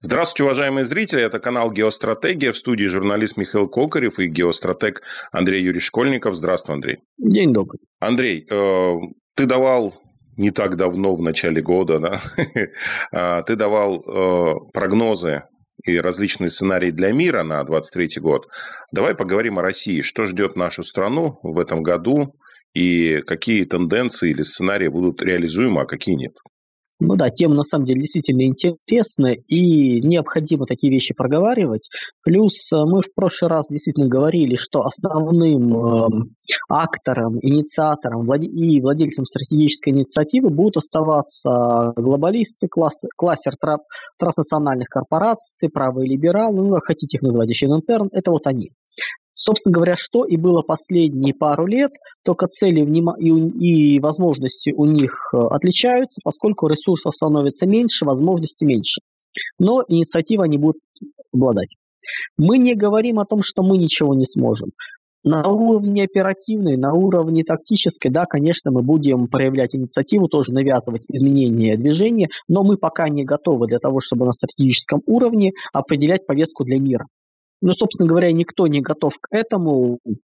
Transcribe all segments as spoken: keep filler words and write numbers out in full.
Здравствуйте, уважаемые зрители. Это канал «Геостратегия». В студии журналист Михаил Кокарев и геостратег Андрей Юрьевич Школьников. Здравствуй, Андрей. День добрый. Андрей, ты давал не так давно, в начале года, да? Ты давал прогнозы и различные сценарии для мира на двадцать третий год. Давай поговорим о России. Что ждет нашу страну в этом году и какие тенденции или сценарии будут реализуемы, а какие нет? Ну да, тема на самом деле действительно интересная, и необходимо такие вещи проговаривать. Плюс мы в прошлый раз действительно говорили, что основным э, актором, инициатором владе- и владельцем стратегической инициативы будут оставаться глобалисты, класс- кластер тра- транснациональных корпораций, правые либералы, ну, как хотите их называть, еще интерн, это вот они. Собственно говоря, что и было последние пару лет, только цели и, и возможности у них отличаются, поскольку ресурсов становится меньше, возможностей меньше. Но инициативы они будут обладать. Мы не говорим о том, что мы ничего не сможем. На уровне оперативной, на уровне тактической, да, конечно, мы будем проявлять инициативу, тоже навязывать изменения движения, но мы пока не готовы для того, чтобы на стратегическом уровне определять повестку для мира. Ну, собственно говоря, никто не готов к этому.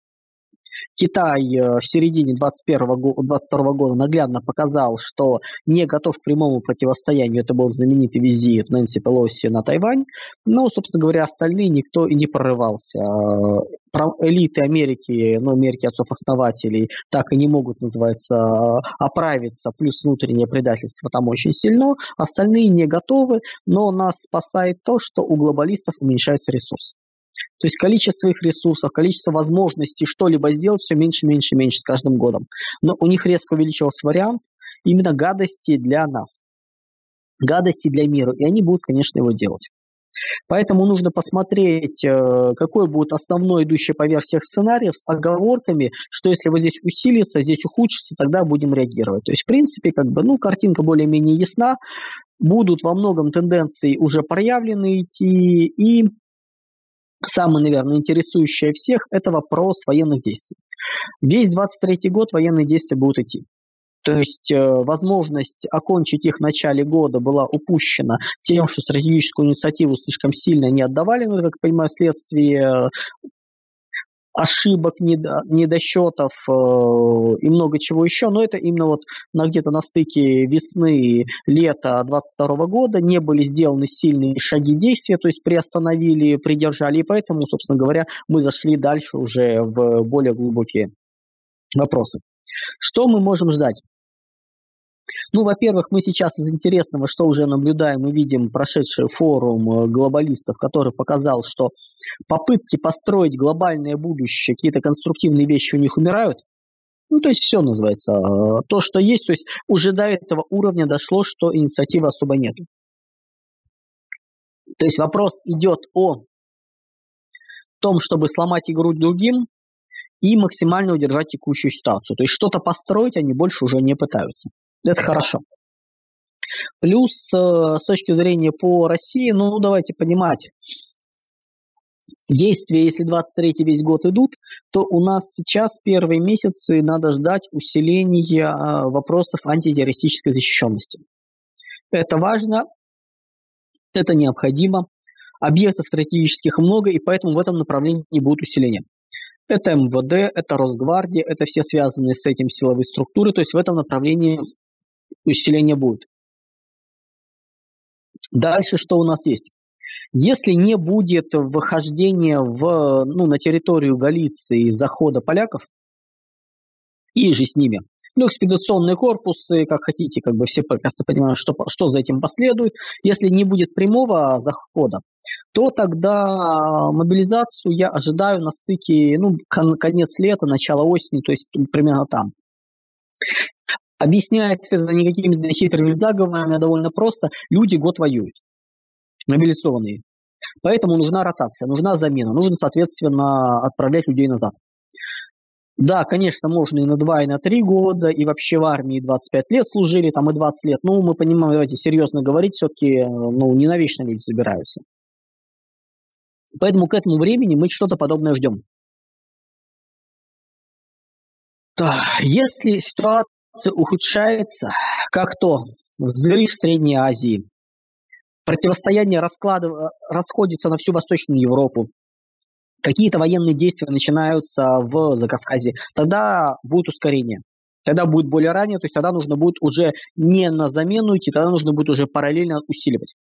Китай в середине двадцать первого, двадцать второго года наглядно показал, что не готов к прямому противостоянию. Это был знаменитый визит Нэнси Пелоси на Тайвань. Но, собственно говоря, остальные никто и не прорывался. Элиты Америки, ну, Америки отцов-основателей, так и не могут, называется, оправиться, плюс внутреннее предательство там очень сильно. Остальные не готовы, но нас спасает то, что у глобалистов уменьшаются ресурсы. То есть количество их ресурсов, количество возможностей что-либо сделать все меньше, меньше, меньше с каждым годом. Но у них резко увеличился вариант именно гадости для нас, гадости для мира, и они будут, конечно, его делать. Поэтому нужно посмотреть, какой будет основной идущий по версиях сценариев с оговорками, что если вот здесь усилится, здесь ухудшится, тогда будем реагировать. То есть, в принципе, как бы, ну, картинка более-менее ясна, будут во многом тенденции уже проявлены идти, и самое, наверное, интересующее всех – это вопрос военных действий. Весь двадцать третий год военные действия будут идти. То есть э, возможность окончить их в начале года была упущена тем, что стратегическую инициативу слишком сильно не отдавали, ну, как я понимаю, вследствие ошибок, недосчетов э, и много чего еще, но это именно вот на, где-то на стыке весны и лета двадцать второго года не были сделаны сильные шаги действия, то есть приостановили, придержали, и поэтому, собственно говоря, мы зашли дальше уже в более глубокие вопросы. Что мы можем ждать? Ну, во-первых, мы сейчас из интересного, что уже наблюдаем, мы видим прошедший форум глобалистов, который показал, что попытки построить глобальное будущее, какие-то конструктивные вещи у них умирают. Ну, то есть все называется. То, что есть, то есть уже до этого уровня дошло, что инициативы особо нет. То есть вопрос идет о том, чтобы сломать игру другим и максимально удержать текущую ситуацию. То есть что-то построить они больше уже не пытаются. Это хорошо. Плюс, с точки зрения по России, ну, давайте понимать, действия, если двадцать третий весь год идут, то у нас сейчас первые месяцы надо ждать усиления вопросов антитеррористической защищенности. Это важно, это необходимо. Объектов стратегических много, и поэтому в этом направлении будет усиление. Это эм вэ дэ, это Росгвардия, это все связанные с этим силовые структуры, то есть в этом направлении усиление будет. Дальше что у нас есть? Если не будет выхождения в, ну, на территорию Галиции захода поляков, и же с ними, ну, экспедиционные корпусы, как хотите, как бы все, кажется, понимают, что, что за этим последует. Если не будет прямого захода, то тогда мобилизацию я ожидаю на стыке, ну, кон- конец лета, начало осени, то есть примерно там. Объясняется это не какими-то хитрыми заговорами, а довольно просто. Люди год воюют, мобилизованные. Поэтому нужна ротация, нужна замена, нужно, соответственно, отправлять людей назад. Да, конечно, можно и на два, и на три года, и вообще в армии двадцать пять лет служили, там и двадцать лет. Ну, мы понимаем, давайте серьезно говорить, все-таки, ну, не навечно люди собираются. Поэтому к этому времени мы что-то подобное ждем. Да, если ситуация ухудшается, как то взрыв в Средней Азии, противостояние расклад... расходится на всю Восточную Европу, какие-то военные действия начинаются в Закавказье, тогда будет ускорение. Тогда будет более ранее, то есть тогда нужно будет уже не на замену идти, тогда нужно будет уже параллельно усиливать.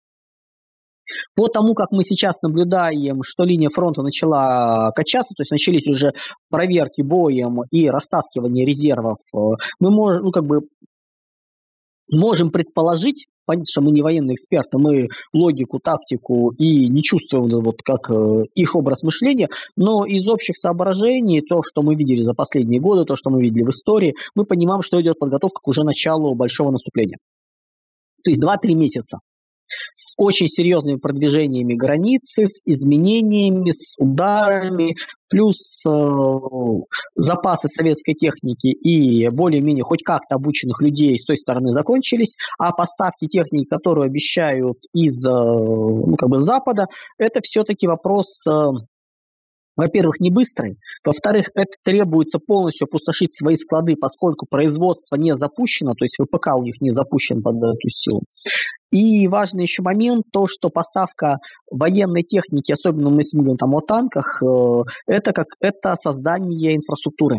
По тому, как мы сейчас наблюдаем, что линия фронта начала качаться, то есть начались уже проверки боем и растаскивание резервов, мы можем, ну, как бы, можем предположить, понятно, что мы не военные эксперты, мы логику, тактику и не чувствуем вот как их образ мышления, но из общих соображений, то, что мы видели за последние годы, то, что мы видели в истории, мы понимаем, что идет подготовка к уже началу большого наступления. То есть два-три месяца. С очень серьезными продвижениями границы, с изменениями, с ударами, плюс э, запасы советской техники и более-менее хоть как-то обученных людей с той стороны закончились, а поставки техники, которую обещают из э, ну, как бы Запада, это все-таки вопрос... Э, Во-первых, не быстрый. Во-вторых, это требуется полностью опустошить свои склады, поскольку производство не запущено, то есть ВПК у них не запущен под эту силу. И важный еще момент, то, что поставка военной техники, особенно если мы говорим там о танках, это, как, это создание инфраструктуры.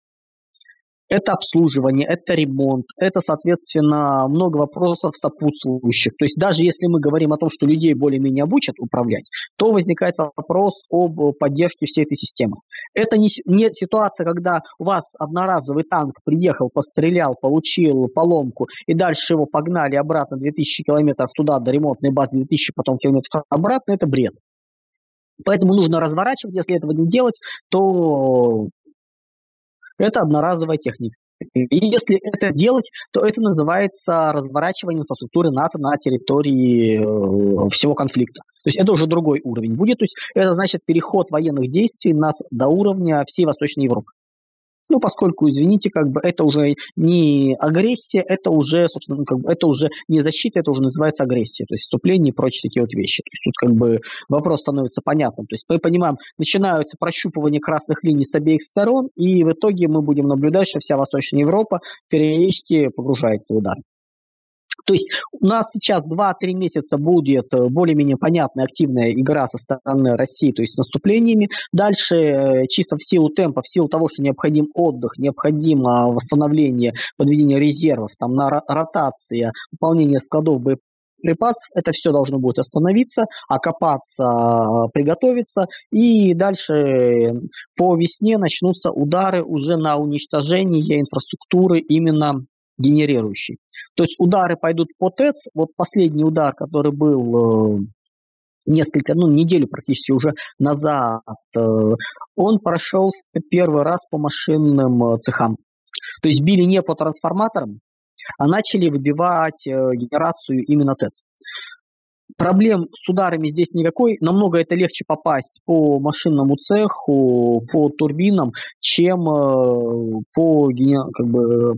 Это обслуживание, это ремонт, это, соответственно, много вопросов сопутствующих. То есть даже если мы говорим о том, что людей более-менее обучат управлять, то возникает вопрос об поддержке всей этой системы. Это не, не ситуация, когда у вас одноразовый танк приехал, пострелял, получил поломку, и дальше его погнали обратно две тысячи километров туда, до ремонтной базы, две тысячи потом километров обратно, это бред. Поэтому нужно разворачивать, если этого не делать, то... Это одноразовая техника. И если это делать, то это называется разворачивание инфраструктуры НАТО на территории всего конфликта. То есть это уже другой уровень будет. То есть это значит переход военных действий нас до уровня всей Восточной Европы. Ну, поскольку, извините, как бы это уже не агрессия, это уже, собственно, как бы, это уже не защита, это уже называется агрессия, то есть вступление и прочие такие вот вещи. То есть тут как бы вопрос становится понятным. То есть мы понимаем, начинаются прощупывания красных линий с обеих сторон, и в итоге мы будем наблюдать, что вся Восточная Европа периодически погружается в удар. То есть у нас сейчас два-три месяца будет более-менее понятная активная игра со стороны России, то есть с наступлениями. Дальше чисто в силу темпа, в силу того, что необходим отдых, необходимо восстановление, подведение резервов, там, на ротация, выполнение складов боеприпасов, это все должно будет остановиться, окопаться, приготовиться, и дальше по весне начнутся удары уже на уничтожение инфраструктуры именно генерирующий. То есть удары пойдут по ТЭЦ. Вот последний удар, который был э, несколько, ну, неделю практически уже назад, э, он прошелся первый раз по машинным цехам. То есть били не по трансформаторам, а начали выбивать э, генерацию именно ТЭЦ. Проблем с ударами здесь никакой. Намного это легче попасть по машинному цеху, по турбинам, чем э, по как бы,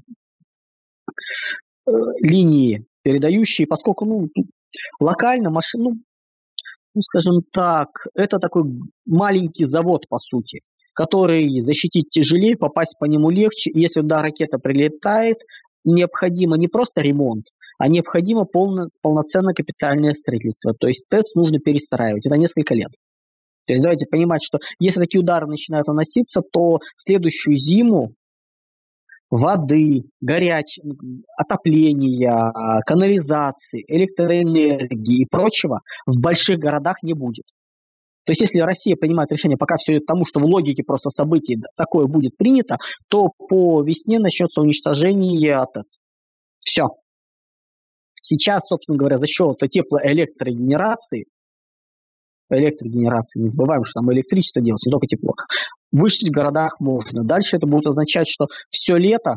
линии передающие, поскольку ну, локально машину, ну, скажем так, это такой маленький завод, по сути, который защитить тяжелее, попасть по нему легче. И если туда ракета прилетает, необходимо не просто ремонт, а необходимо полно, полноценное капитальное строительство. То есть ТЭЦ нужно перестраивать. Это несколько лет. То есть давайте понимать, что если такие удары начинают наноситься, то следующую зиму воды, горячего, отопления, канализации, электроэнергии и прочего в больших городах не будет. То есть если Россия принимает решение, пока все идет к тому, что в логике просто событий такое будет принято, то по весне начнется уничтожение ТЭЦ. Все. Сейчас, собственно говоря, за счет теплоэлектрогенерации, электрогенерации, не забываем, что там электричество делается, не только тепло, вычислить в городах можно. Дальше это будет означать, что все лето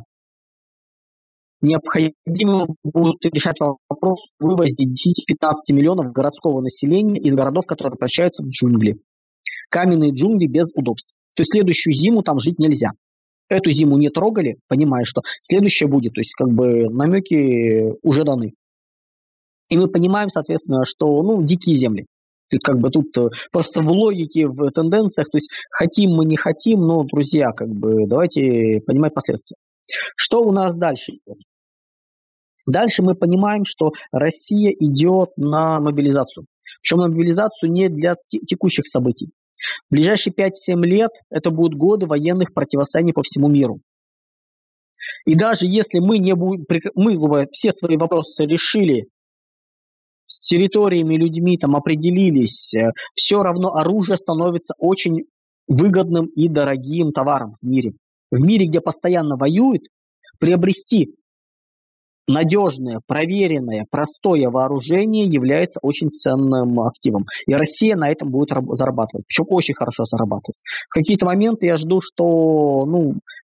необходимо будет решать вопрос вывозить десять-пятнадцать миллионов городского населения из городов, которые превращаются в джунгли. Каменные джунгли без удобств. То есть следующую зиму там жить нельзя. Эту зиму не трогали, понимая, что следующая будет. То есть как бы намеки уже даны. И мы понимаем, соответственно, что ну, дикие земли. Тут как бы тут просто в логике, в тенденциях, то есть хотим мы, не хотим, но, друзья, как бы давайте понимать последствия. Что у нас дальше идет? Дальше мы понимаем, что Россия идет на мобилизацию. Причем на мобилизацию не для текущих событий. В ближайшие пять-семь лет это будут годы военных противостояний по всему миру. И даже если мы, не будем, мы все свои вопросы решили, с территориями, людьми там определились, все равно оружие становится очень выгодным и дорогим товаром в мире. В мире, где постоянно воюют, приобрести надежное, проверенное, простое вооружение является очень ценным активом. И Россия на этом будет зарабатывать. Причем очень хорошо зарабатывать. В какие-то моменты я жду, что ну,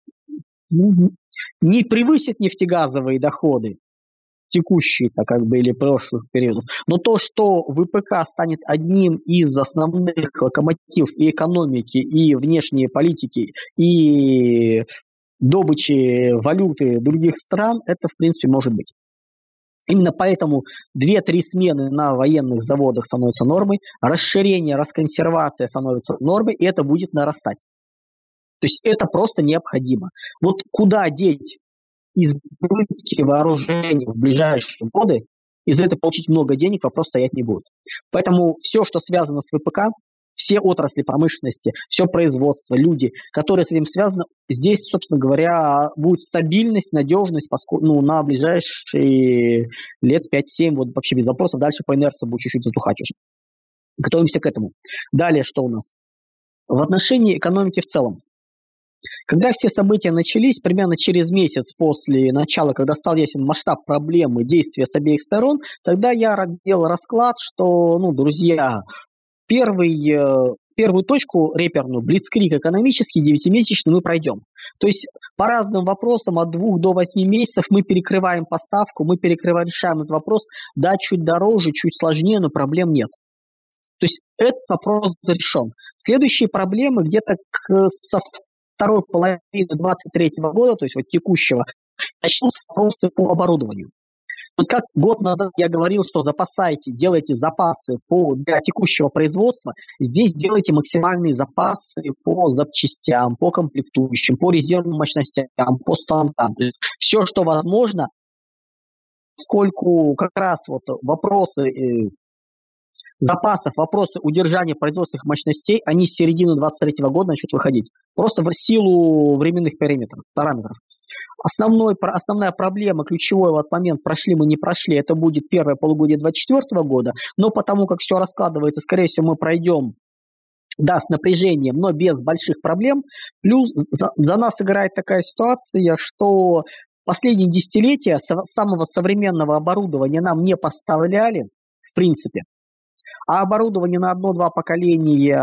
не превысит нефтегазовые доходы текущие-то как бы или прошлых периодов. Но то, что ВПК станет одним из основных локомотивов и экономики, и внешней политики, и добычи валюты других стран, это в принципе может быть. Именно поэтому две-три смены на военных заводах становятся нормой, расширение, расконсервация становится нормой, и это будет нарастать. То есть это просто необходимо. Вот куда деть избытки вооружений в ближайшие годы, из этого получить много денег, вопрос стоять не будет. Поэтому все, что связано с ВПК, все отрасли промышленности, все производство, люди, которые с этим связаны, здесь, собственно говоря, будет стабильность, надежность поскольку, ну, на ближайшие лет пять-семь, вот вообще без вопросов, дальше по инерции будет чуть-чуть затухать уже. Готовимся к этому. Далее что у нас? В отношении экономики в целом. Когда все события начались, примерно через месяц после начала, когда стал ясен масштаб проблемы, действия с обеих сторон, тогда я делал расклад, что, ну, друзья, первый, первую точку реперную, блицкриг экономический, девятимесячный мы пройдем. То есть по разным вопросам от двух до восьми месяцев мы перекрываем поставку, мы перекрываем, решаем этот вопрос, да, чуть дороже, чуть сложнее, но проблем нет. То есть этот вопрос решен. Следующие проблемы где-то к, со второй половины двадцать третьего года, то есть вот текущего, начнутся вопросы по оборудованию. Вот как год назад я говорил, что запасайте, делайте запасы по, для текущего производства, здесь делайте максимальные запасы по запчастям, по комплектующим, по резервным мощностям, по станкам. Все, что возможно, поскольку как раз вот вопросы запасов, вопросы удержания производственных мощностей, они с середины двадцать третьего года начнут выходить. Просто в силу временных параметров. параметров. Основной, основная проблема, ключевой вот момент, прошли мы, не прошли, это будет первое полугодие двадцать четвёртого года, но потому как все раскладывается, скорее всего, мы пройдем, да, с напряжением, но без больших проблем. Плюс за, за нас играет такая ситуация, что последние десятилетия самого современного оборудования нам не поставляли, в принципе. А оборудование на одно-два поколения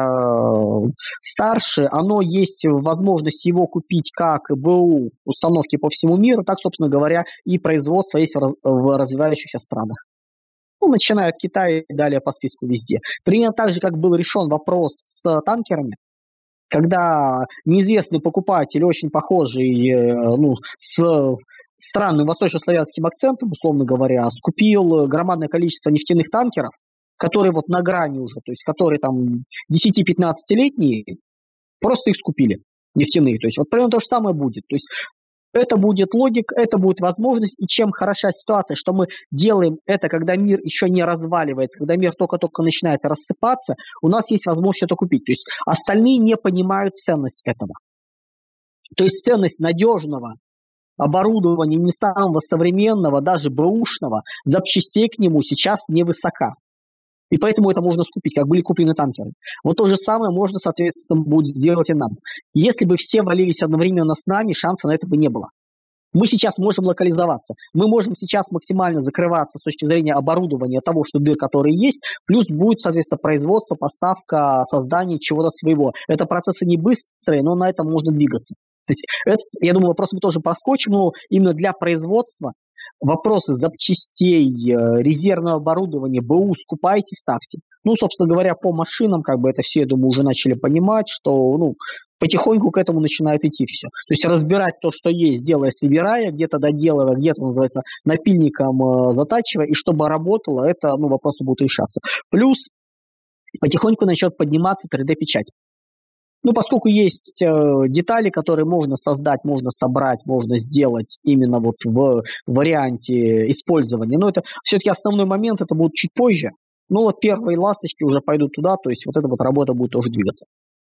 старше, оно есть возможность его купить как БУ установки по всему миру, так, собственно говоря, и производство есть в развивающихся странах. Ну, начиная от Китая и далее по списку везде. Примерно так же, как был решен вопрос с танкерами, когда неизвестный покупатель, очень похожий, ну, с странным восточнославянским акцентом, условно говоря, скупил громадное количество нефтяных танкеров, которые вот на грани уже, то есть которые там десяти-пятнадцатилетние, просто их скупили, нефтяные. То есть вот примерно то же самое будет. То есть это будет логика, это будет возможность, и чем хороша ситуация, что мы делаем это, когда мир еще не разваливается, когда мир только-только начинает рассыпаться, у нас есть возможность это купить. То есть остальные не понимают ценность этого. То есть ценность надежного оборудования, не самого современного, даже бэушного, запчастей к нему сейчас невысока. И поэтому это можно скупить, как были куплены танкеры. Вот то же самое можно, соответственно, будет сделать и нам. Если бы все валились одновременно с нами, шанса на это бы не было. Мы сейчас можем локализоваться. Мы можем сейчас максимально закрываться с точки зрения оборудования того, что дыр, которые есть, плюс будет, соответственно, производство, поставка, создание чего-то своего. Это процессы не быстрые, но на этом можно двигаться. То есть, это, я думаю, вопрос мы тоже проскочим, но именно для производства вопросы запчастей, резервного оборудования, БУ скупайте, ставьте. Ну, собственно говоря, по машинам, как бы это все, я думаю, уже начали понимать, что, ну, потихоньку к этому начинает идти все. То есть разбирать то, что есть, делая, собирая, где-то доделывая, где-то, называется, напильником э, затачивая, и чтобы работало, это, ну, вопросы будут решаться. Плюс потихоньку начнет подниматься три дэ-печать. Ну, поскольку есть э, детали, которые можно создать, можно собрать, можно сделать именно вот в варианте использования. Но это все-таки основной момент, это будет чуть позже. Ну, вот первые ласточки уже пойдут туда, то есть вот эта вот работа будет тоже двигаться.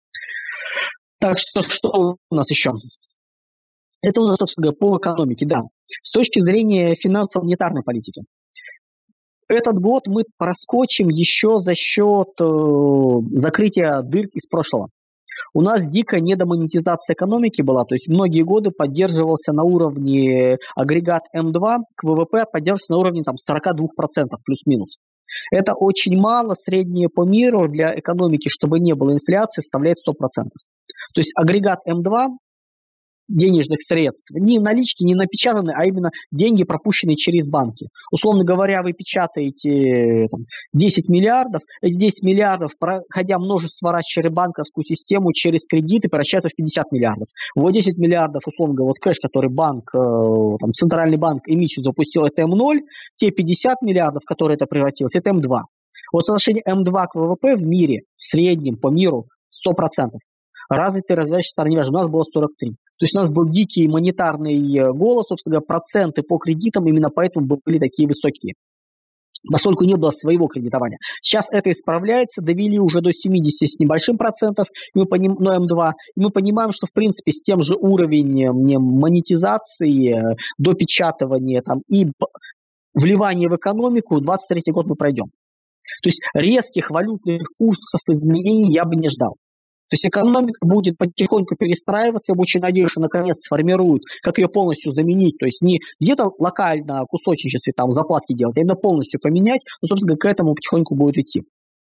Так что, что у нас еще? Это у нас, собственно говоря, по экономике, да. С точки зрения финансово-монетарной политики. Этот год мы проскочим еще за счет э, закрытия дыр из прошлого. У нас дикая недомонетизация экономики была, то есть многие годы поддерживался на уровне агрегат эм два к вэ вэ пэ, поддерживался на уровне там, сорок два процента плюс-минус. Это очень мало, среднее по миру для экономики, чтобы не было инфляции, составляет сто процентов. То есть агрегат эм два денежных средств, не налички, не напечатаны, а именно деньги, пропущенные через банки. Условно говоря, вы печатаете там, десять миллиардов, эти десять миллиардов, проходя множество раз через банковскую систему, через кредиты, превращаются в пятьдесят миллиардов. Вот десять миллиардов, условно говоря, вот кэш, который банк, там, центральный банк эмиссию запустил, это эм ноль, те пятьдесят миллиардов, которые это превратилось, это эм два. Вот соотношение эм два к вэ вэ пэ в мире, в среднем по миру, сто процентов. Развитые развивающиеся страны, у нас было сорок три. То есть у нас был дикий монетарный голос, собственно говоря, проценты по кредитам именно поэтому были такие высокие, поскольку не было своего кредитования. Сейчас это исправляется, довели уже до семидесяти с небольшим процентов, и мы поним... но эм два, и мы понимаем, что в принципе с тем же уровнем монетизации, допечатывания там, и вливания в экономику двадцать третий год мы пройдем. То есть резких валютных курсов изменений я бы не ждал. То есть экономика будет потихоньку перестраиваться, я очень надеюсь, что наконец сформируют, как ее полностью заменить, то есть не где-то локально кусочничестве там заплатки делать, а именно полностью поменять, но, собственно, к этому потихоньку будет идти.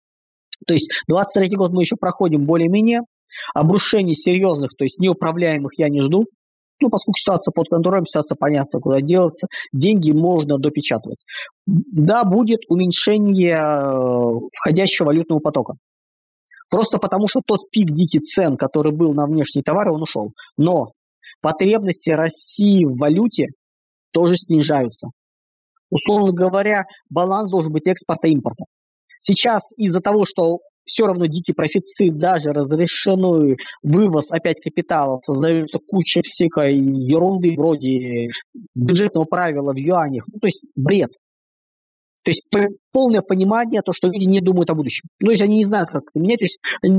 То есть двадцать третий год мы еще проходим более-менее, обрушений серьезных, то есть неуправляемых я не жду, ну, поскольку ситуация под контролем, ситуация понятна, куда делаться, деньги можно допечатывать. Да, будет уменьшение входящего валютного потока. Просто потому, что тот пик дикий цен, который был на внешние товары, он ушел. Но потребности России в валюте тоже снижаются. Условно говоря, баланс должен быть экспорта и импорта. Сейчас из-за того, что все равно дикий профицит, даже разрешенный вывоз опять капитала, создается куча всякой ерунды вроде бюджетного правила в юанях. Ну, то есть бред. То есть полное понимание, то, что люди не думают о будущем. То есть они не знают, как это менять, то есть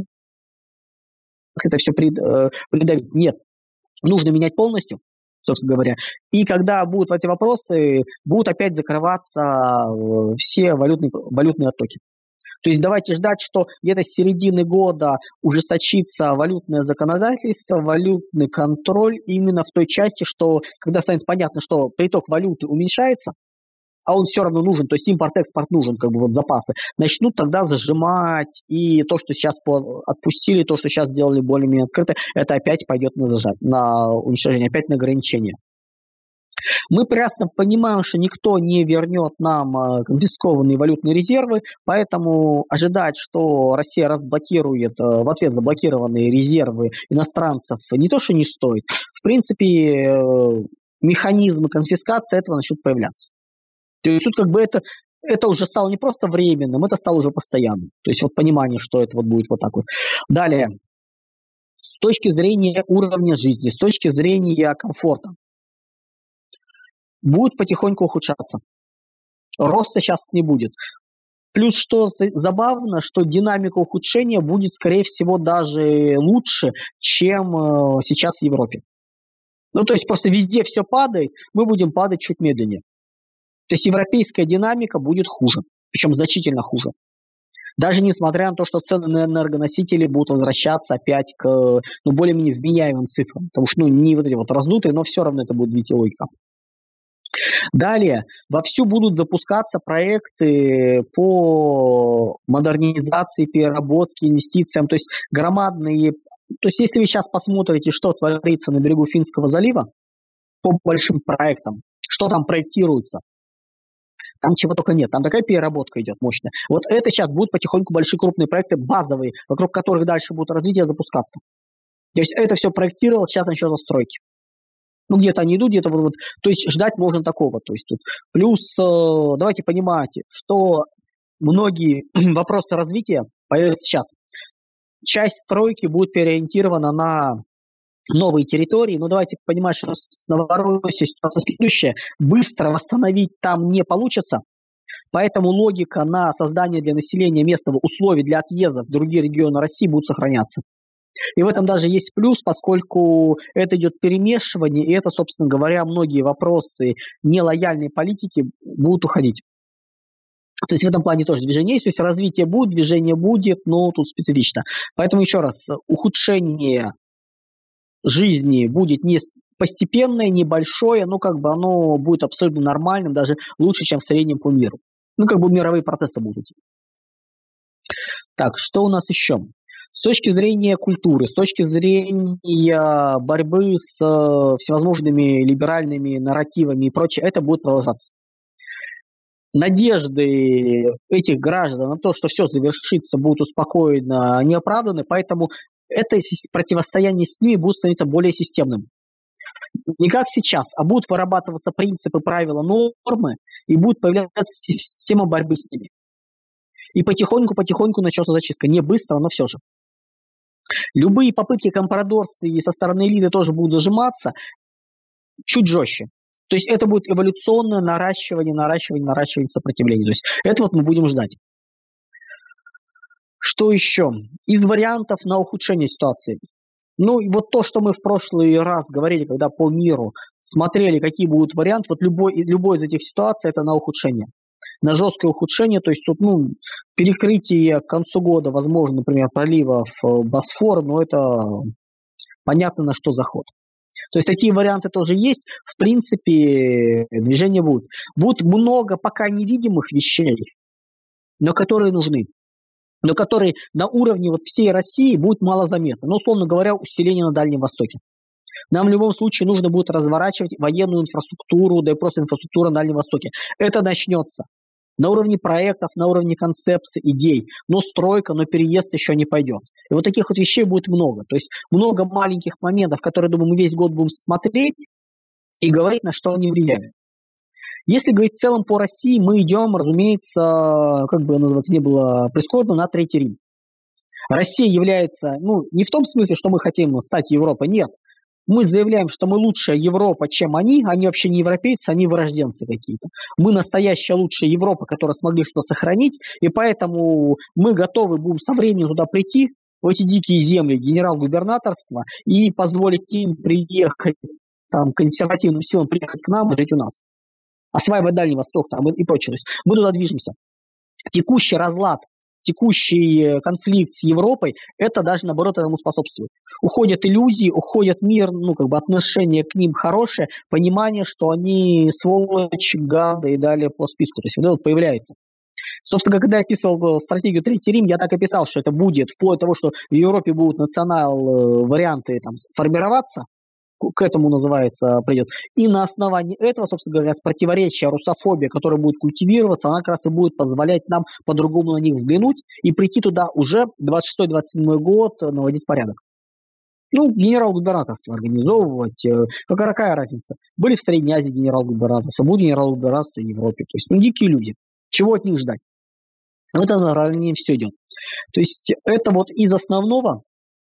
как это все придавить. Нет, нужно менять полностью, собственно говоря. И когда будут эти вопросы, будут опять закрываться все валютные, валютные оттоки. То есть давайте ждать, что где-то с середины года ужесточится валютное законодательство, валютный контроль именно в той части, что когда станет понятно, что приток валюты уменьшается, а он все равно нужен, то есть импорт-экспорт нужен, как бы вот запасы, начнут тогда зажимать, и то, что сейчас отпустили, то, что сейчас сделали более-менее открыто, это опять пойдет на зажать, на уничтожение, опять на ограничение. Мы прекрасно понимаем, что никто не вернет нам конфискованные валютные резервы, поэтому ожидать, что Россия разблокирует в ответ заблокированные резервы иностранцев, не то, что не стоит. В принципе, механизмы конфискации этого начнут появляться. То есть тут как бы это, это уже стало не просто временным, это стало уже постоянным. То есть вот понимание, что это вот будет вот так вот. Далее, с точки зрения уровня жизни, с точки зрения комфорта, будет потихоньку ухудшаться. Роста сейчас не будет. Плюс, что забавно, что динамика ухудшения будет, скорее всего, даже лучше, чем сейчас в Европе. Ну, то есть просто везде все падает, мы будем падать чуть медленнее. То есть европейская динамика будет хуже, причем значительно хуже. Даже несмотря на то, что цены на энергоносители будут возвращаться опять к ну, более-менее вменяемым цифрам. Потому что ну, не вот эти вот раздутые, но все равно это будет видеть логика. Далее, вовсю будут запускаться проекты по модернизации, переработке, инвестициям. То есть громадные... То есть если вы сейчас посмотрите, что творится на берегу Финского залива по большим проектам, что там проектируется, там чего только нет, там такая переработка идет мощная. Вот это сейчас будут потихоньку большие крупные проекты, базовые, вокруг которых дальше будут развитие запускаться. То есть это все проектировалось, сейчас начнется стройки. Ну, где-то они идут, где-то вот, вот. То есть ждать можно такого. То есть тут. Плюс, э, давайте понимайте, что многие вопросы развития появятся сейчас. часть стройки будет переориентирована на новые территории. Но давайте понимать, что с Новороссией ситуация следующая. Быстро восстановить там не получится. Поэтому логика на создание для населения местного условий для отъезда в другие регионы России будет сохраняться. И в этом даже есть плюс, поскольку это идет перемешивание, и это, собственно говоря, многие вопросы нелояльной политики будут уходить. То есть в этом плане тоже движение есть, то есть развитие будет, движение будет, но тут специфично. Поэтому еще раз, ухудшение жизни будет не постепенное, небольшое, но как бы оно будет абсолютно нормальным, даже лучше, чем в среднем по миру. Ну, как бы мировые процессы будут. Так, что у нас еще? С точки зрения культуры, с точки зрения борьбы с всевозможными либеральными нарративами и прочее, это будет продолжаться. Надежды этих граждан на то, что все завершится, будут успокоенно, не оправданы, поэтому это противостояние с ними будет становиться более системным. Не как сейчас, а будут вырабатываться принципы, правила, нормы, и будет появляться система борьбы с ними. И потихоньку-потихоньку начнется зачистка. Не быстро, но все же. Любые попытки компрадорства со стороны элиты тоже будут зажиматься чуть жестче. То есть это будет эволюционное наращивание, наращивание, наращивание сопротивления. То есть это вот мы будем ждать. Что еще? Из вариантов на ухудшение ситуации. Ну, и вот то, что мы в прошлый раз говорили, когда по миру смотрели, какие будут варианты, вот любой, любой из этих ситуаций это на ухудшение. На жесткое ухудшение, то есть тут, ну, перекрытие к концу года, возможно, например, проливов Босфора, но это понятно, на что заход. То есть такие варианты тоже есть. В принципе, движения будут. Будет много пока невидимых вещей, но которые нужны. Но которые на уровне вот всей России будут малозаметны. Ну, условно говоря, усиление на Дальнем Востоке. Нам в любом случае нужно будет разворачивать военную инфраструктуру, да и просто инфраструктуру на Дальнем Востоке. Это начнется. На уровне проектов, на уровне концепций, идей. Но стройка, но переезд еще не пойдет. И вот таких вот вещей будет много. То есть много маленьких моментов, которые, думаю, мы весь год будем смотреть и говорить, на что они влияют. Если говорить в целом по России, мы идем, разумеется, как бы называется, не было прискорбно, на Третий Рим. Россия является, ну, не в том смысле, что мы хотим стать Европой, нет. Мы заявляем, что мы лучшая Европа, чем они. Они вообще не европейцы, они вырожденцы какие-то. Мы настоящая лучшая Европа, которая смогли что-то сохранить. И поэтому мы готовы будем со временем туда прийти, в эти дикие земли генерал-губернаторства, и позволить им приехать, там, консервативным силам приехать к нам и жить у нас. Осваивать Дальний Восток там, и прочее. Мы туда движемся. Текущий разлад, текущий конфликт с Европой, это даже, наоборот, этому способствует. Уходят иллюзии, уходит мир, ну, как бы отношение к ним хорошее, понимание, что они сволочи, гады и далее по списку. То есть вот это вот появляется. Собственно, когда я описывал стратегию Третий Рим, я так описал, что это будет вплоть до того, что в Европе будут национал-варианты там, формироваться, к этому называется, придет. И на основании этого, собственно говоря, противоречия, русофобия, которая будет культивироваться, она как раз и будет позволять нам по-другому на них взглянуть и прийти туда уже двадцать шестой двадцать седьмой год наводить порядок. Ну, генерал-губернаторство организовывать. Какая, какая разница? Были в Средней Азии генерал-губернаторство, будут генерал-губернаторство в Европе. То есть, ну, дикие люди. Чего от них ждать? В этом направлении все идет. То есть, это вот из основного.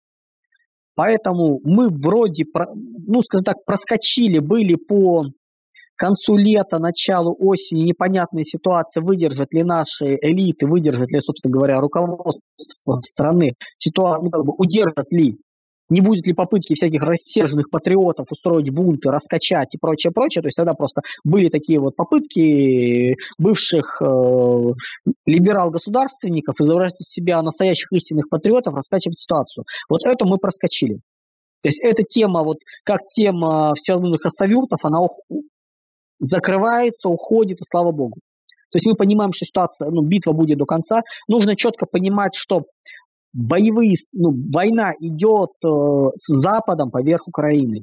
Поэтому мы вроде, ну, скажем так, проскочили, были по концу лета, началу осени, непонятная ситуация, выдержат ли наши элиты, выдержат ли, собственно говоря, руководство страны, ситуацию, ну, как бы, удержат ли, не будет ли попытки всяких рассерженных патриотов устроить бунты, раскачать и прочее, прочее. То есть тогда просто были такие вот попытки бывших э, либерал-государственников изображать из себя настоящих истинных патриотов, раскачивать ситуацию. Вот это мы проскочили. То есть эта тема, вот как тема всевозможных хасавюртов, она ух- закрывается, уходит, и слава богу. То есть мы понимаем, что ситуация, ну, битва будет до конца. Нужно четко понимать, что боевые, ну, война идет э, с Западом поверх Украины.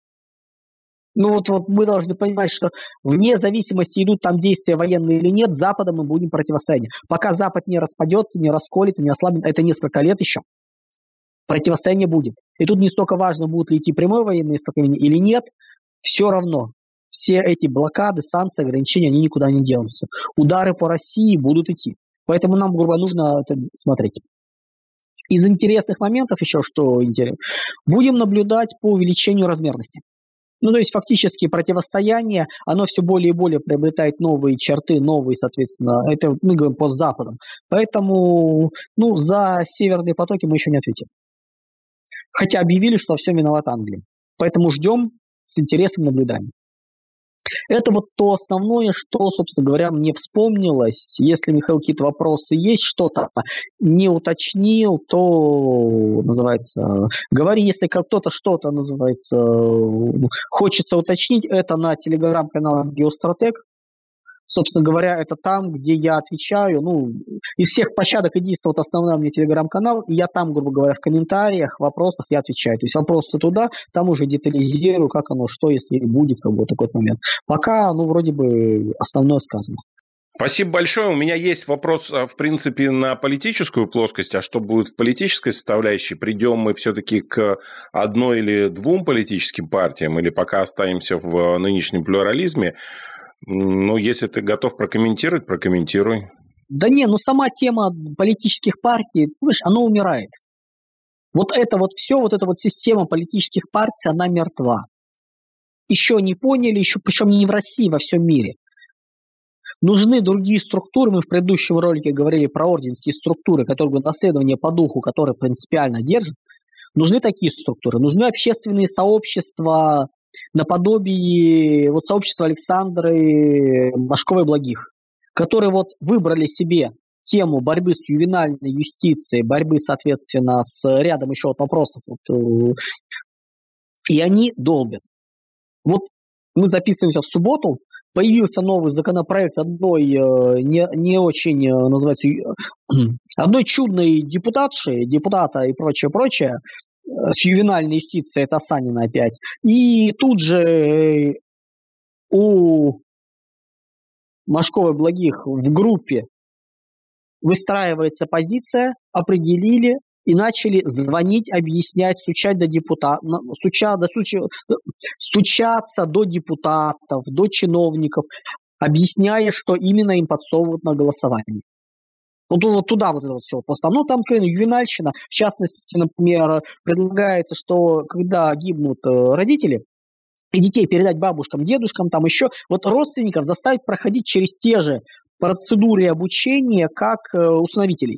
Ну вот, вот мы должны понимать, что вне зависимости, идут там действия военные или нет, с Западом мы будем противостоять. Пока Запад не распадется, не расколется, не ослабнет, это несколько лет еще. Противостояние будет. И тут не столько важно, будут ли идти прямое военное столкновение или нет, все равно. Все эти блокады, санкции, ограничения, они никуда не денутся. Удары по России будут идти. Поэтому нам, грубо, нужно это смотреть. Из интересных моментов еще что интересно, будем наблюдать по увеличению размерности. Ну, то есть фактически противостояние, оно все более и более приобретает новые черты, новые, соответственно, это мы говорим по Западам. Поэтому, ну, за северные потоки мы еще не ответим. Хотя объявили, что все виновата Англия. Поэтому ждем, с интересом наблюдаем. Это вот то основное, что, собственно говоря, мне вспомнилось. Если, Михаил, какие-то вопросы есть, что-то не уточнил, то, называется, говори, если кто-то что-то, называется, хочется уточнить, это на телеграм-канале Геостратег. Собственно говоря, это там, где я отвечаю, ну, из всех площадок единственное, вот основной у меня телеграм-канал, и я там, грубо говоря, в комментариях, вопросах я отвечаю. То есть вопросы туда, там уже детализирую, как оно, что, если будет, как бы, такой момент. Пока, ну, вроде бы основное сказано. Спасибо большое. У меня есть вопрос, в принципе, на политическую плоскость. А что будет в политической составляющей? Придем мы все-таки к одной или двум политическим партиям, или пока останемся в нынешнем плюрализме? Ну, если ты готов прокомментировать, прокомментируй. Да не, ну сама тема политических партий, видишь, она умирает. Вот это вот все, вот эта вот система политических партий, она мертва. Еще не поняли, еще, причем не в России, во всем мире. Нужны другие структуры. Мы в предыдущем ролике говорили про орденские структуры, которые наследование по духу, которые принципиально держат. Нужны такие структуры. Нужны общественные сообщества, наподобие вот сообщества Александры Машковой-Благих, которые вот выбрали себе тему борьбы с ювенальной юстицией, борьбы, соответственно, с рядом еще вот вопросов. Вот, и они долбят. Вот мы записываемся в субботу, появился новый законопроект одной не, не очень, называется, одной чудной депутатши, депутата и прочее, прочее, с ювенальной юстицией, это Санина опять. И тут же у Машковой-Благих в группе выстраивается позиция, определили и начали звонить, объяснять, стучать до депутатов, стуча, до, стуча, стучаться до депутатов, до чиновников, объясняя, что именно им подсовывают на голосование. Вот, вот туда вот это вот все. Просто, ну, там, конечно, ювенальщина, в частности, например, предлагается, что когда гибнут родители, и детей передать бабушкам, дедушкам, там еще, вот родственников заставить проходить через те же процедуры обучения, как усыновителей.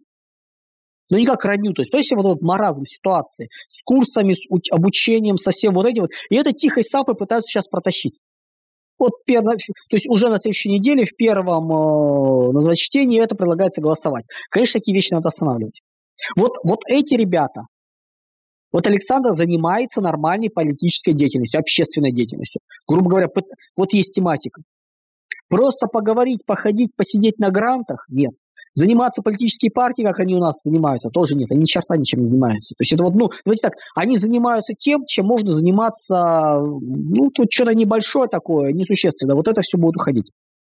Но не как родню. То есть, то есть вот этот маразм ситуации с курсами, с обучением, со всем вот этим вот. И это тихой сапой пытаются сейчас протащить. Вот, то есть уже на следующей неделе в первом э, чтении это предлагается голосовать. Конечно, такие вещи надо останавливать. Вот, вот эти ребята, вот Александр занимается нормальной политической деятельностью, общественной деятельностью. Грубо говоря, вот есть тематика. Просто поговорить, походить, посидеть на грантах – нет. Заниматься политические партии, как они у нас занимаются, тоже нет. Они ни черта ничем не занимаются. То есть это вот, ну, давайте так, они занимаются тем, чем можно заниматься, ну, тут что-то небольшое такое, несущественное. Вот это все будет уходить.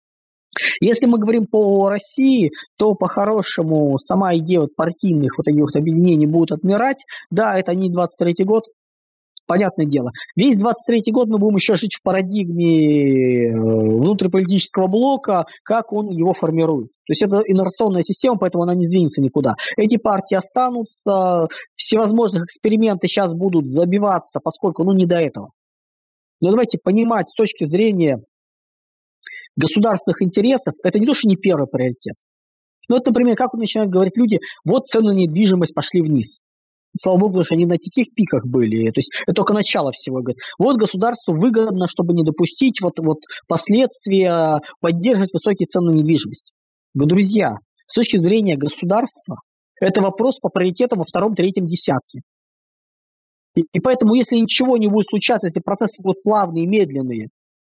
Если мы говорим по России, то по-хорошему сама идея вот партийных вот таких вот объединений будет отмирать. Да, это не двадцать третий год. Понятное дело. Весь двадцать третий год мы будем еще жить в парадигме внутриполитического блока, как он его формирует. То есть это инерционная система, поэтому она не сдвинется никуда. Эти партии останутся, всевозможных эксперименты сейчас будут забиваться, поскольку, ну, не до этого. Но давайте понимать с точки зрения государственных интересов, это не то, что не первый приоритет. Ну, вот, например, как начинают говорить люди, вот цены на недвижимость пошли вниз. Слава богу, что они на таких пиках были. То есть это только начало всего. Вот государству выгодно, чтобы не допустить вот, вот последствия, поддерживать высокие цены на недвижимость. Друзья, с точки зрения государства, это вопрос по приоритетам во втором-третьем десятке. И, и поэтому, если ничего не будет случаться, если процессы будут плавные, медленные,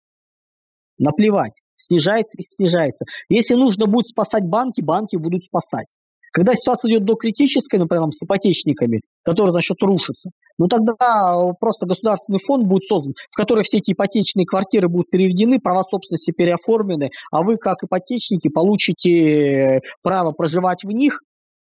наплевать, снижается и снижается. Если нужно будет спасать банки, банки будут спасать. Когда ситуация идет до критической, например, с ипотечниками, которые за счет рушатся, ну тогда просто государственный фонд будет создан, в который все эти ипотечные квартиры будут переведены, права собственности переоформлены, а вы, как ипотечники, получите право проживать в них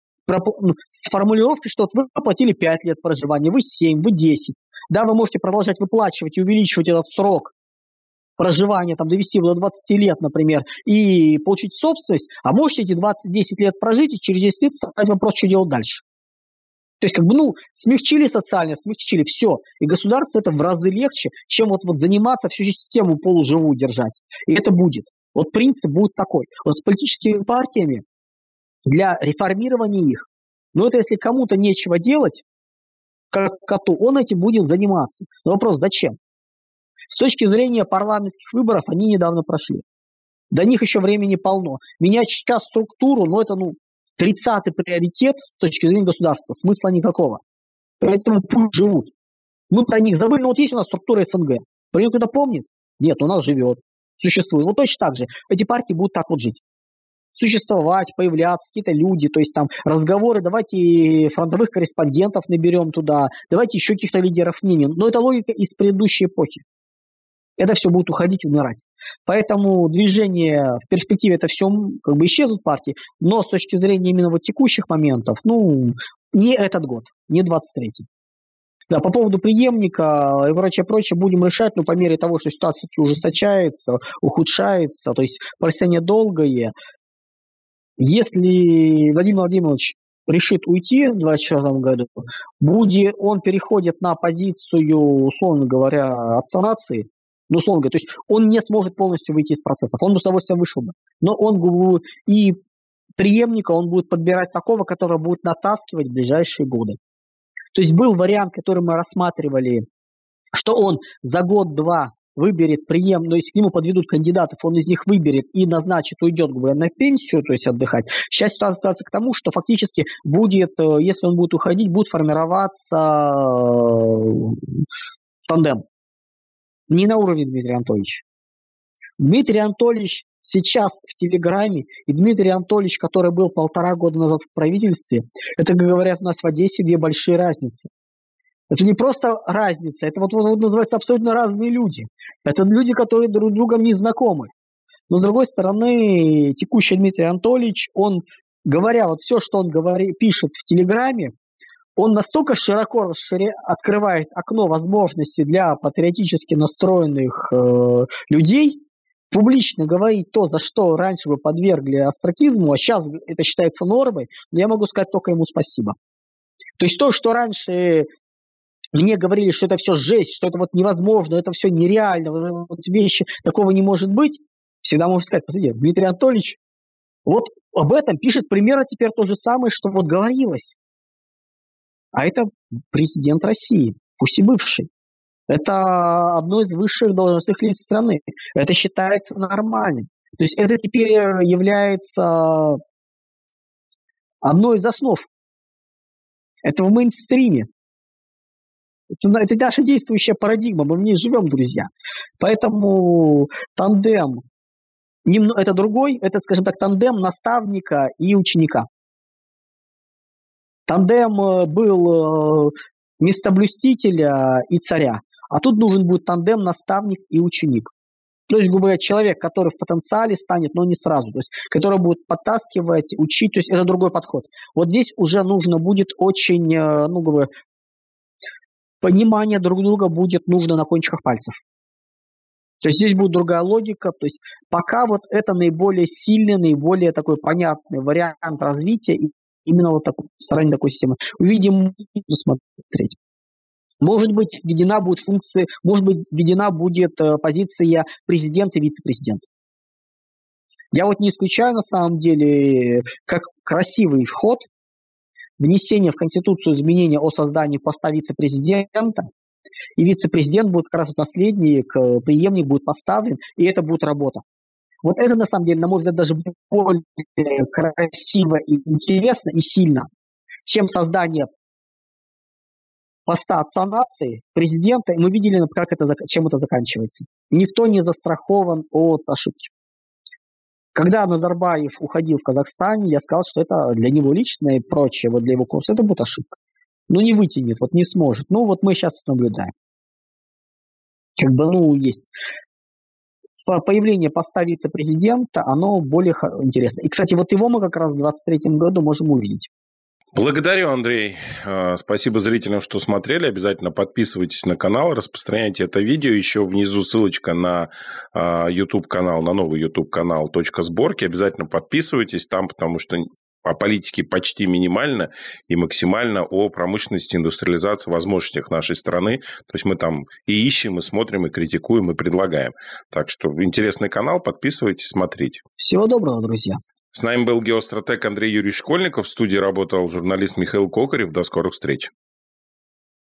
с формулировкой, что вот вы оплатили пять лет проживания, вы семь, вы десять. Да, вы можете продолжать выплачивать и увеличивать этот срок проживания, там, довести его до двадцати лет, например, и получить собственность, а можете эти двадцать-десять лет прожить и через десять лет задать вопрос, что делать дальше. То есть, как бы, ну, смягчили социально, смягчили, все. И государству это в разы легче, чем вот, вот заниматься, всю систему полуживую держать. И это будет. Вот принцип будет такой. Вот с политическими партиями для реформирования их, ну, это если кому-то нечего делать, как коту, он этим будет заниматься. Но вопрос, зачем? С точки зрения парламентских выборов, они недавно прошли. До них еще времени полно. Менять сейчас структуру, ну, это, ну, тридцатый приоритет с точки зрения государства. Смысла никакого. Поэтому пусть живут. Мы про них забыли, но вот есть у нас структура СНГ. Про нее кто-то помнит? Нет, у нас живет, существует. Вот точно так же. Эти партии будут так вот жить. Существовать, появляться, какие-то люди, то есть там разговоры, давайте фронтовых корреспондентов наберем туда, давайте еще каких-то лидеров мнений. Но это логика из предыдущей эпохи. Это все будет уходить, умирать. Поэтому движение в перспективе это все как бы исчезнут партии, но с точки зрения именно вот текущих моментов, ну, не этот год, не двадцать третий. Да, по поводу преемника и прочее, прочее будем решать, но по мере того, что ситуация ужесточается, ухудшается, то есть просение долгое. Если Владимир Владимирович решит уйти в двадцать четвёртом году, будет, он переходит на позицию, условно говоря, отца нации, ну, условно говоря, то есть он не сможет полностью выйти из процессов, он бы с удовольствием вышел бы, но он и преемника он будет подбирать такого, который будет натаскивать в ближайшие годы. То есть был вариант, который мы рассматривали, что он за год-два выберет преем, то есть к нему подведут кандидатов, он из них выберет и назначит, уйдет на пенсию, то есть отдыхать. Сейчас ситуация складывается к тому, что фактически будет, если он будет уходить, будет формироваться тандем. Не на уровне Дмитрия Анатольевича. Дмитрий Анатольевич сейчас в Телеграме и Дмитрий Анатольевич, который был полтора года назад в правительстве, это, как говорят у нас в Одессе, две большие разницы. Это не просто разница, это вот, вот, вот называется абсолютно разные люди. Это люди, которые друг с другом не знакомы. Но, с другой стороны, текущий Дмитрий Анатольевич, он, говоря вот все, что он говорит, пишет в Телеграме, он настолько широко расширя... открывает окно возможностей для патриотически настроенных э, людей, публично говорить то, за что раньше вы подвергли остракизму, а сейчас это считается нормой, но я могу сказать только ему спасибо. То есть то, что раньше мне говорили, что это все жесть, что это вот невозможно, это все нереально, вот вещи, такого не может быть, всегда можно сказать, посмотрите, Дмитрий Анатольевич вот об этом пишет примерно теперь то же самое, что вот говорилось. А это президент России, пусть и бывший. Это одно из высших должностных лиц страны. Это считается нормальным. То есть это теперь является одной из основ. Это в мейнстриме. Это, это наша действующая парадигма. Мы в ней живем, друзья. Поэтому тандем, это другой, это, скажем так, тандем наставника и ученика. Тандем был местоблюстителя и царя, а тут нужен будет тандем наставник и ученик. То есть, грубо говоря, человек, который в потенциале станет, но не сразу, то есть, который будет подтаскивать, учить, то есть это другой подход. Вот здесь уже нужно будет очень, ну, грубо говоря, понимание друг друга будет нужно на кончиках пальцев. То есть здесь будет другая логика, то есть пока вот это наиболее сильный, наиболее такой понятный вариант развития и именно вот такой, стороне такой системы. Увидим, смотреть. Может быть, введена будет функция, может быть, введена будет позиция президента и вице-президента. Я вот не исключаю, на самом деле, как красивый вход, внесение в Конституцию изменения о создании поста вице-президента, и вице-президент будет как раз вот наследник, преемник будет поставлен, и это будет работа. Вот это, на самом деле, на мой взгляд, даже более красиво и интересно и сильно, чем создание поста отца нации, президента. И мы видели, как это, чем это заканчивается. Никто не застрахован от ошибки. Когда Назарбаев уходил в Казахстан, я сказал, что это для него лично и прочее, вот для его курса, это будет ошибка. Ну, не вытянет, вот не сможет. Ну, вот мы сейчас наблюдаем. Как бы, ну, есть... Появление поста вице-президента, оно более интересно. И, кстати, вот его мы как раз в двадцать третьем году можем увидеть. Благодарю, Андрей. Спасибо зрителям, что смотрели. Обязательно подписывайтесь на канал, распространяйте это видео. Еще внизу ссылочка на YouTube-канал, на новый YouTube-канал «Точка сборки». Обязательно подписывайтесь там, потому что о политике почти минимально и максимально о промышленности, индустриализации, возможностях нашей страны. То есть мы там и ищем, и смотрим, и критикуем, и предлагаем. Так что интересный канал, подписывайтесь, смотрите. Всего доброго, друзья. С нами был геостратег Андрей Юрьевич Школьников. В студии работал журналист Михаил Кокарев. До скорых встреч.